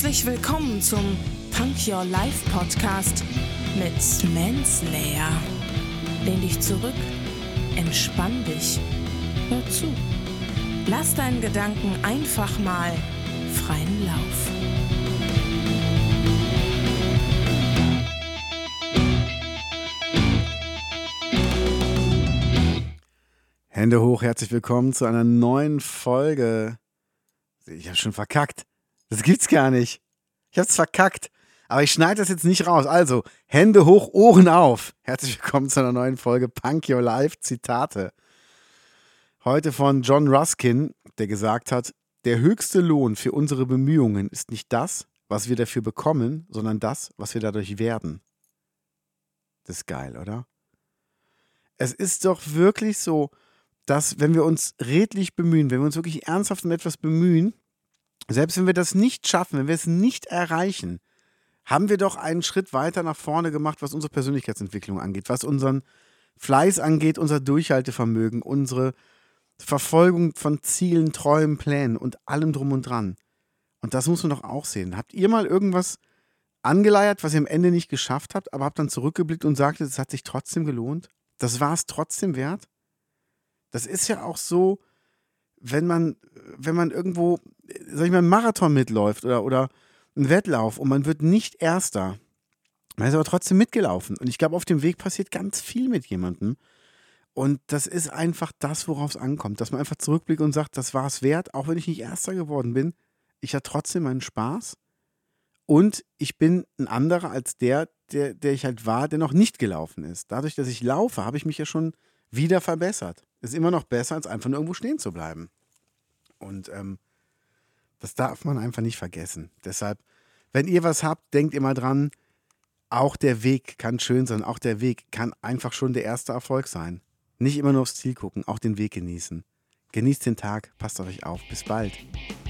Herzlich willkommen zum Punk Your Life Podcast mit Manslayer. Lehn dich zurück, entspann dich, hör zu. Lass deinen Gedanken einfach mal freien Lauf. Hände hoch, herzlich willkommen zu einer neuen Folge. Ich habe schon verkackt. Das gibt's gar nicht. Ich hab's verkackt. Aber ich schneide das jetzt nicht raus. Also, Hände hoch, Ohren auf. Herzlich willkommen zu einer neuen Folge Punk Your Life Zitate. Heute von John Ruskin, der gesagt hat, der höchste Lohn für unsere Bemühungen ist nicht das, was wir dafür bekommen, sondern das, was wir dadurch werden. Das ist geil, oder? Es ist doch wirklich so, dass wenn wir uns redlich bemühen, wenn wir uns wirklich ernsthaft um etwas bemühen, selbst wenn wir das nicht schaffen, wenn wir es nicht erreichen, haben wir doch einen Schritt weiter nach vorne gemacht, was unsere Persönlichkeitsentwicklung angeht, was unseren Fleiß angeht, unser Durchhaltevermögen, unsere Verfolgung von Zielen, Träumen, Plänen und allem drum und dran. Und das muss man doch auch sehen. Habt ihr mal irgendwas angeleiert, was ihr am Ende nicht geschafft habt, aber habt dann zurückgeblickt und sagtet, es hat sich trotzdem gelohnt? Das war es trotzdem wert? Das ist ja auch so, wenn man irgendwo, sag ich mal, einen Marathon mitläuft oder einen Wettlauf und man wird nicht Erster, man ist aber trotzdem mitgelaufen. Und ich glaube, auf dem Weg passiert ganz viel mit jemandem. Und das ist einfach das, worauf es ankommt. Dass man einfach zurückblickt und sagt, das war es wert, auch wenn ich nicht Erster geworden bin. Ich hatte trotzdem meinen Spaß. Und ich bin ein anderer als der ich halt war, der noch nicht gelaufen ist. Dadurch, dass ich laufe, habe ich mich ja schon wieder verbessert. Ist immer noch besser, als einfach nur irgendwo stehen zu bleiben. Und das darf man einfach nicht vergessen. Deshalb, wenn ihr was habt, denkt immer dran, auch der Weg kann schön sein. Auch der Weg kann einfach schon der erste Erfolg sein. Nicht immer nur aufs Ziel gucken, auch den Weg genießen. Genießt den Tag, passt auf euch auf. Bis bald.